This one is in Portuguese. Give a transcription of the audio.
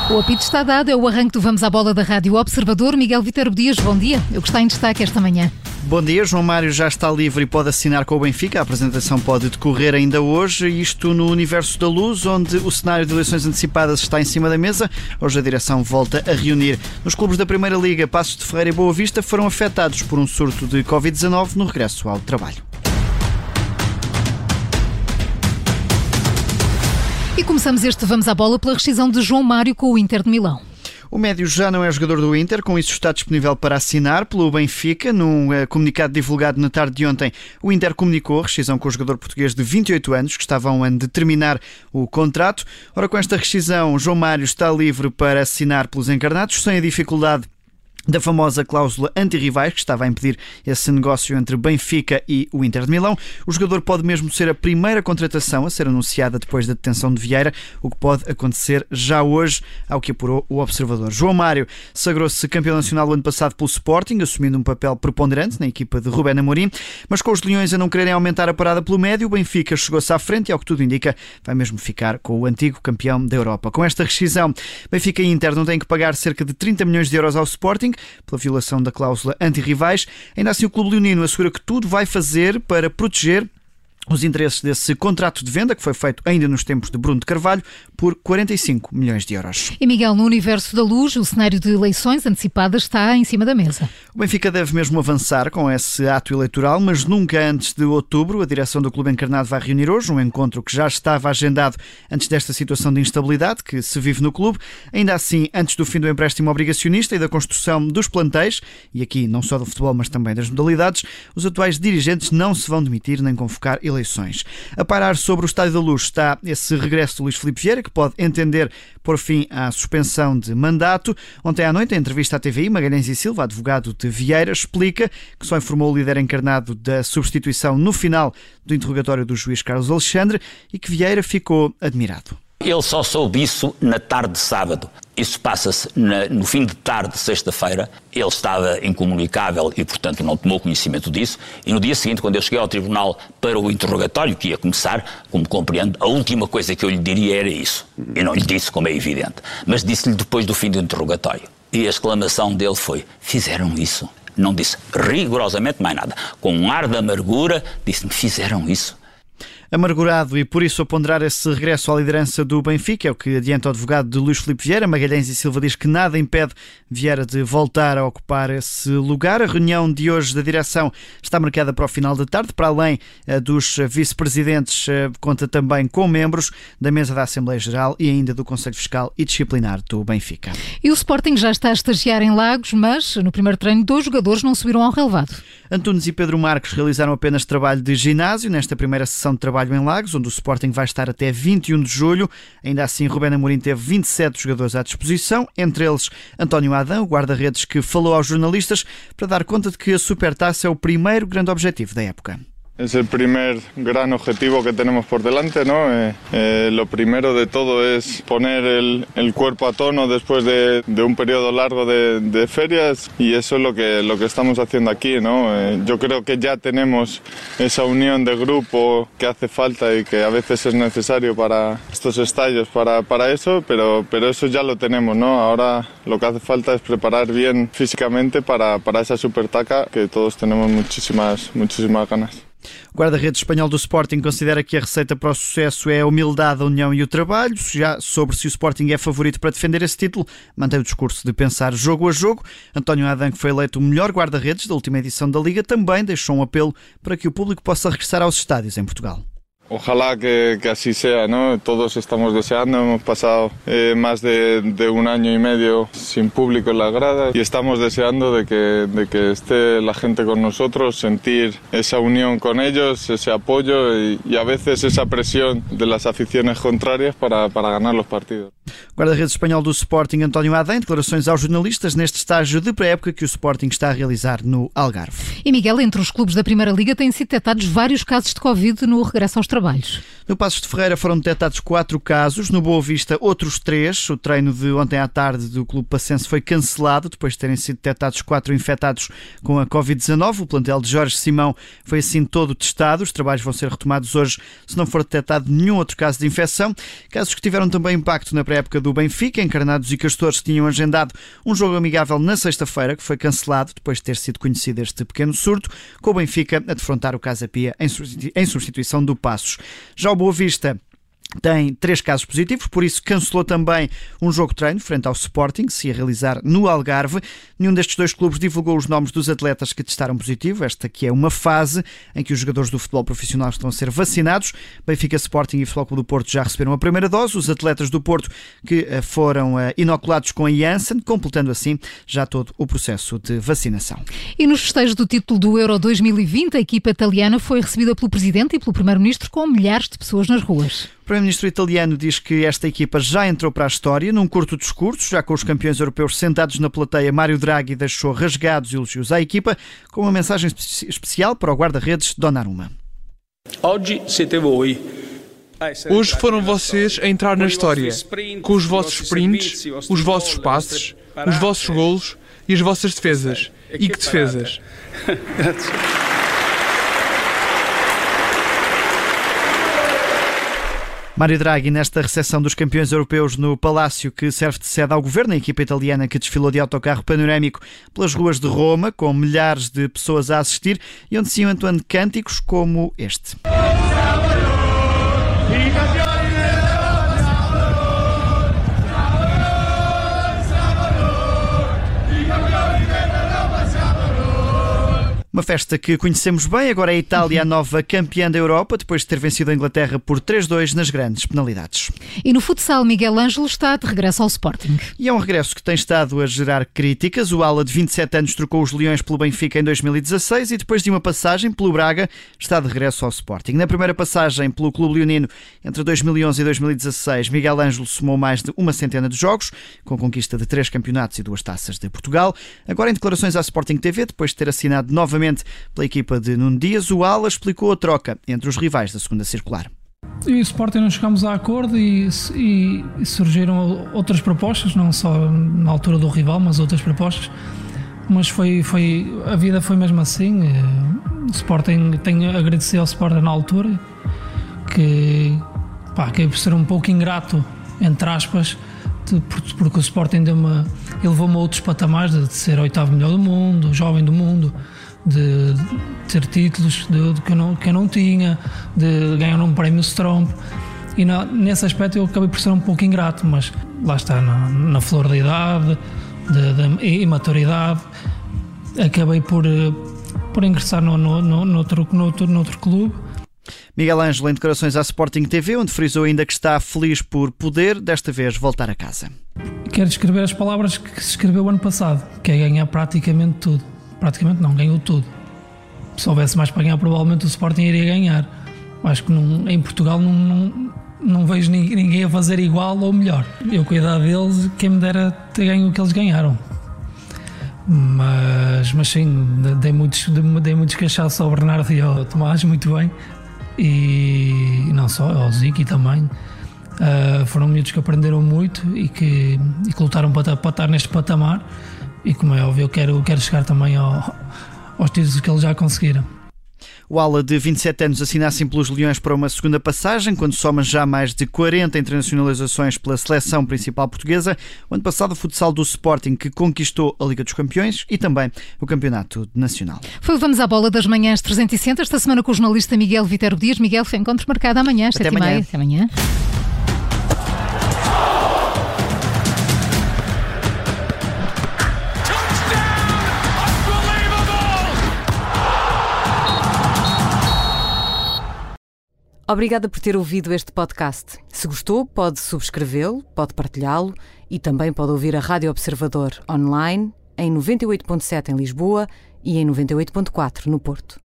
O apito está dado, é o arranque do Vamos à Bola da Rádio Observador. Miguel Viterbo Dias, bom dia. O que está em destaque esta manhã? Bom dia, João Mário já está livre e pode assinar com o Benfica. A apresentação pode decorrer ainda hoje, isto no universo da luz, onde o cenário de eleições antecipadas está em cima da mesa. Hoje a direção volta a reunir. Nos clubes da Primeira Liga, Paços de Ferreira e Boa Vista foram afetados por um surto de Covid-19 no regresso ao trabalho. E começamos este Vamos à Bola pela rescisão de João Mário com o Inter de Milão. O médio já não é jogador do Inter, com isso está disponível para assinar pelo Benfica. Num comunicado divulgado na tarde de ontem, o Inter comunicou a rescisão com o jogador português de 28 anos, que estava a um ano de terminar o contrato. Ora, com esta rescisão, João Mário está livre para assinar pelos encarnados, sem a dificuldade da famosa cláusula anti-rivais, que estava a impedir esse negócio entre Benfica e o Inter de Milão. O jogador pode mesmo ser a primeira contratação a ser anunciada depois da detenção de Vieira, o que pode acontecer já hoje, ao que apurou o Observador. João Mário sagrou-se campeão nacional o ano passado pelo Sporting, assumindo um papel preponderante na equipa de Rubén Amorim, mas com os leões a não quererem aumentar a parada pelo médio, o Benfica chegou-se à frente e, ao que tudo indica, vai mesmo ficar com o antigo campeão da Europa. Com esta rescisão, Benfica e Inter não têm que pagar cerca de 30 milhões de euros ao Sporting, pela violação da cláusula anti-rivais. Ainda assim, o clube leonino assegura que tudo vai fazer para proteger os interesses desse contrato de venda, que foi feito ainda nos tempos de Bruno de Carvalho, por 45 milhões de euros. E Miguel, no universo da luz, o cenário de eleições antecipadas está em cima da mesa. O Benfica deve mesmo avançar com esse ato eleitoral, mas nunca antes de outubro. A direção do clube encarnado vai reunir hoje um encontro que já estava agendado antes desta situação de instabilidade que se vive no clube. Ainda assim, antes do fim do empréstimo obrigacionista e da construção dos plantéis, e aqui não só do futebol, mas também das modalidades, os atuais dirigentes não se vão demitir nem convocar eleições. A pairar sobre o Estádio da Luz está esse regresso de Luís Filipe Vieira, que pode entender por fim à suspensão de mandato. Ontem à noite, em entrevista à TVI, Magalhães e Silva, advogado de Vieira, explica que só informou o líder encarnado da substituição no final do interrogatório do juiz Carlos Alexandre e que Vieira ficou admirado. Ele só soube isso na tarde de sábado. Isso passa-se no fim de tarde de sexta-feira. Ele estava incomunicável e, portanto, não tomou conhecimento disso. E no dia seguinte, quando eu cheguei ao tribunal para o interrogatório, que ia começar, como compreendo, a última coisa que eu lhe diria era isso. Eu não lhe disse, como é evidente, mas disse-lhe depois do fim do interrogatório. E a exclamação dele foi: fizeram isso? Não disse rigorosamente mais nada. Com um ar de amargura, disse-me: fizeram isso. Amargurado e por isso a ponderar esse regresso à liderança do Benfica, é o que adianta o advogado de Luís Filipe Vieira. Magalhães e Silva diz que nada impede Vieira de voltar a ocupar esse lugar. A reunião de hoje da direção está marcada para o final da tarde. Para além dos vice-presidentes, conta também com membros da mesa da Assembleia Geral e ainda do Conselho Fiscal e Disciplinar do Benfica. E o Sporting já está a estagiar em Lagos, mas no primeiro treino 2 jogadores não subiram ao relevado. Antunes e Pedro Marques realizaram apenas trabalho de ginásio nesta primeira sessão de trabalho em Lagos, onde o Sporting vai estar até 21 de julho. Ainda assim, Rubén Amorim teve 27 jogadores à disposição, entre eles António Adão, o guarda-redes, que falou aos jornalistas para dar conta de que a Supertaça é o primeiro grande objetivo da época. Es el primer gran objetivo que tenemos por delante, ¿no? Lo primero de todo es poner el cuerpo a tono después de un periodo largo de ferias, y eso es lo que estamos haciendo aquí, ¿no? Yo creo que ya tenemos esa unión de grupo que hace falta y que a veces es necesario para estos estadios, para eso, pero eso ya lo tenemos, ¿no? Ahora lo que hace falta es preparar bien físicamente para esa Supertaça, que todos tenemos muchísimas ganas. O guarda-redes espanhol do Sporting considera que a receita para o sucesso é a humildade, a união e o trabalho. Já sobre se o Sporting é favorito para defender esse título, mantém o discurso de pensar jogo a jogo. António Adão, que foi eleito o melhor guarda-redes da última edição da Liga, também deixou um apelo para que o público possa regressar aos estádios em Portugal. Ojalá que así sea, ¿no? Todos estamos deseando, hemos pasado más de un año y medio sin público en las gradas y estamos deseando de que esté la gente con nosotros, sentir esa unión con ellos, ese apoyo y a veces esa presión de las aficiones contrarias para ganar los partidos. Guarda-redes espanhol do Sporting, António Adão, em declarações aos jornalistas neste estágio de pré-época que o Sporting está a realizar no Algarve. E Miguel, entre os clubes da Primeira Liga têm sido detectados vários casos de Covid no regresso aos trabalhos. trabalhos. No Passos de Ferreira foram detectados 4 casos, no Boa Vista outros 3. O treino de ontem à tarde do Clube Passense foi cancelado depois de terem sido detectados 4 infectados com a Covid-19. O plantel de Jorge Simão foi assim todo testado. Os trabalhos vão ser retomados hoje se não for detectado nenhum outro caso de infecção. Casos que tiveram também impacto na pré-época do Benfica. Encarnados e Castores tinham agendado um jogo amigável na sexta-feira, que foi cancelado depois de ter sido conhecido este pequeno surto, com o Benfica a defrontar o Casa Pia em substituição do Passos. Já o Boa Vista tem 3 casos positivos, por isso cancelou também um jogo-treino frente ao Sporting, que se ia realizar no Algarve. Nenhum destes 2 clubes divulgou os nomes dos atletas que testaram positivo. Esta que é uma fase em que os jogadores do futebol profissional estão a ser vacinados. Benfica, Sporting e Futebol Clube do Porto já receberam a primeira dose. Os atletas do Porto que foram inoculados com a Janssen, completando assim já todo o processo de vacinação. E nos festejos do título do Euro 2020, a equipa italiana foi recebida pelo Presidente e pelo Primeiro-Ministro com milhares de pessoas nas ruas. O Primeiro-Ministro italiano diz que esta equipa já entrou para a história num curto discurso, já com os campeões europeus sentados na plateia. Mário Draghi deixou rasgados elogios à equipa, com uma mensagem especial para o guarda-redes Donnarumma. Hoje foram vocês a entrar na história, com os vossos sprints, os vossos passes, os vossos golos e as vossas defesas. E que defesas! Mário Draghi, nesta recepção dos campeões europeus no Palácio, que serve de sede ao governo, a equipa italiana que desfilou de autocarro panorâmico pelas ruas de Roma, com milhares de pessoas a assistir, e onde se iam entoando cânticos como este. Uma festa que conhecemos bem. Agora é a Itália a nova campeã da Europa, depois de ter vencido a Inglaterra por 3-2 nas grandes penalidades. E no futsal, Miguel Ângelo está de regresso ao Sporting. E é um regresso que tem estado a gerar críticas. O ala de 27 anos trocou os Leões pelo Benfica em 2016 e depois de uma passagem pelo Braga está de regresso ao Sporting. Na primeira passagem pelo clube leonino entre 2011 e 2016, Miguel Ângelo somou mais de uma centena de jogos, com conquista de 3 campeonatos e 2 taças de Portugal. Agora, em declarações à Sporting TV, depois de ter assinado novamente pela equipa de Nuno Dias, o ala explicou a troca entre os rivais da segunda circular. Eu e o Sporting não chegámos a acordo e surgiram outras propostas, não só na altura do rival, mas outras propostas. Mas a vida foi mesmo assim. O Sporting, tenho a agradecer ao Sporting na altura, que acabei por ser um pouco ingrato, entre aspas, porque o Sporting elevou-me a outros patamares, de ser 8º melhor do mundo, jovem do mundo, de ter títulos que eu não tinha, de ganhar um prémio Stromp, e nesse aspecto eu acabei por ser um pouco ingrato, mas lá está, na flor da idade e maturidade, acabei por ingressar noutro clube. Miguel Ângelo, em declarações à Sporting TV, onde frisou ainda que está feliz por poder, desta vez, voltar a casa. Quero descrever as palavras que se escreveu ano passado, que é ganhar praticamente tudo. Praticamente não, ganhou tudo. Se houvesse mais para ganhar, provavelmente o Sporting iria ganhar. Acho que em Portugal não vejo ninguém a fazer igual ou melhor. Eu, com a idade deles, quem me dera ter ganho o que eles ganharam. Mas sim, dei muitos cachaços ao Bernardo e ao Tomás, muito bem. E não só, ao Ziki também. Foram miúdos que aprenderam muito e que lutaram para estar neste patamar. E como é óbvio, eu quero chegar também aos títulos que eles já conseguiram. O ala de 27 anos assina assim pelos Leões para uma segunda passagem, quando soma já mais de 40 internacionalizações pela seleção principal portuguesa. O ano passado, o futsal do Sporting, que conquistou a Liga dos Campeões e também o Campeonato Nacional. Vamos à bola das manhãs 360, esta semana com o jornalista Miguel Viterbo Dias. Miguel, foi encontro marcado amanhã, às 7h30. Até amanhã. Obrigada por ter ouvido este podcast. Se gostou, pode subscrevê-lo, pode partilhá-lo e também pode ouvir a Rádio Observador online em 98.7 em Lisboa e em 98.4 no Porto.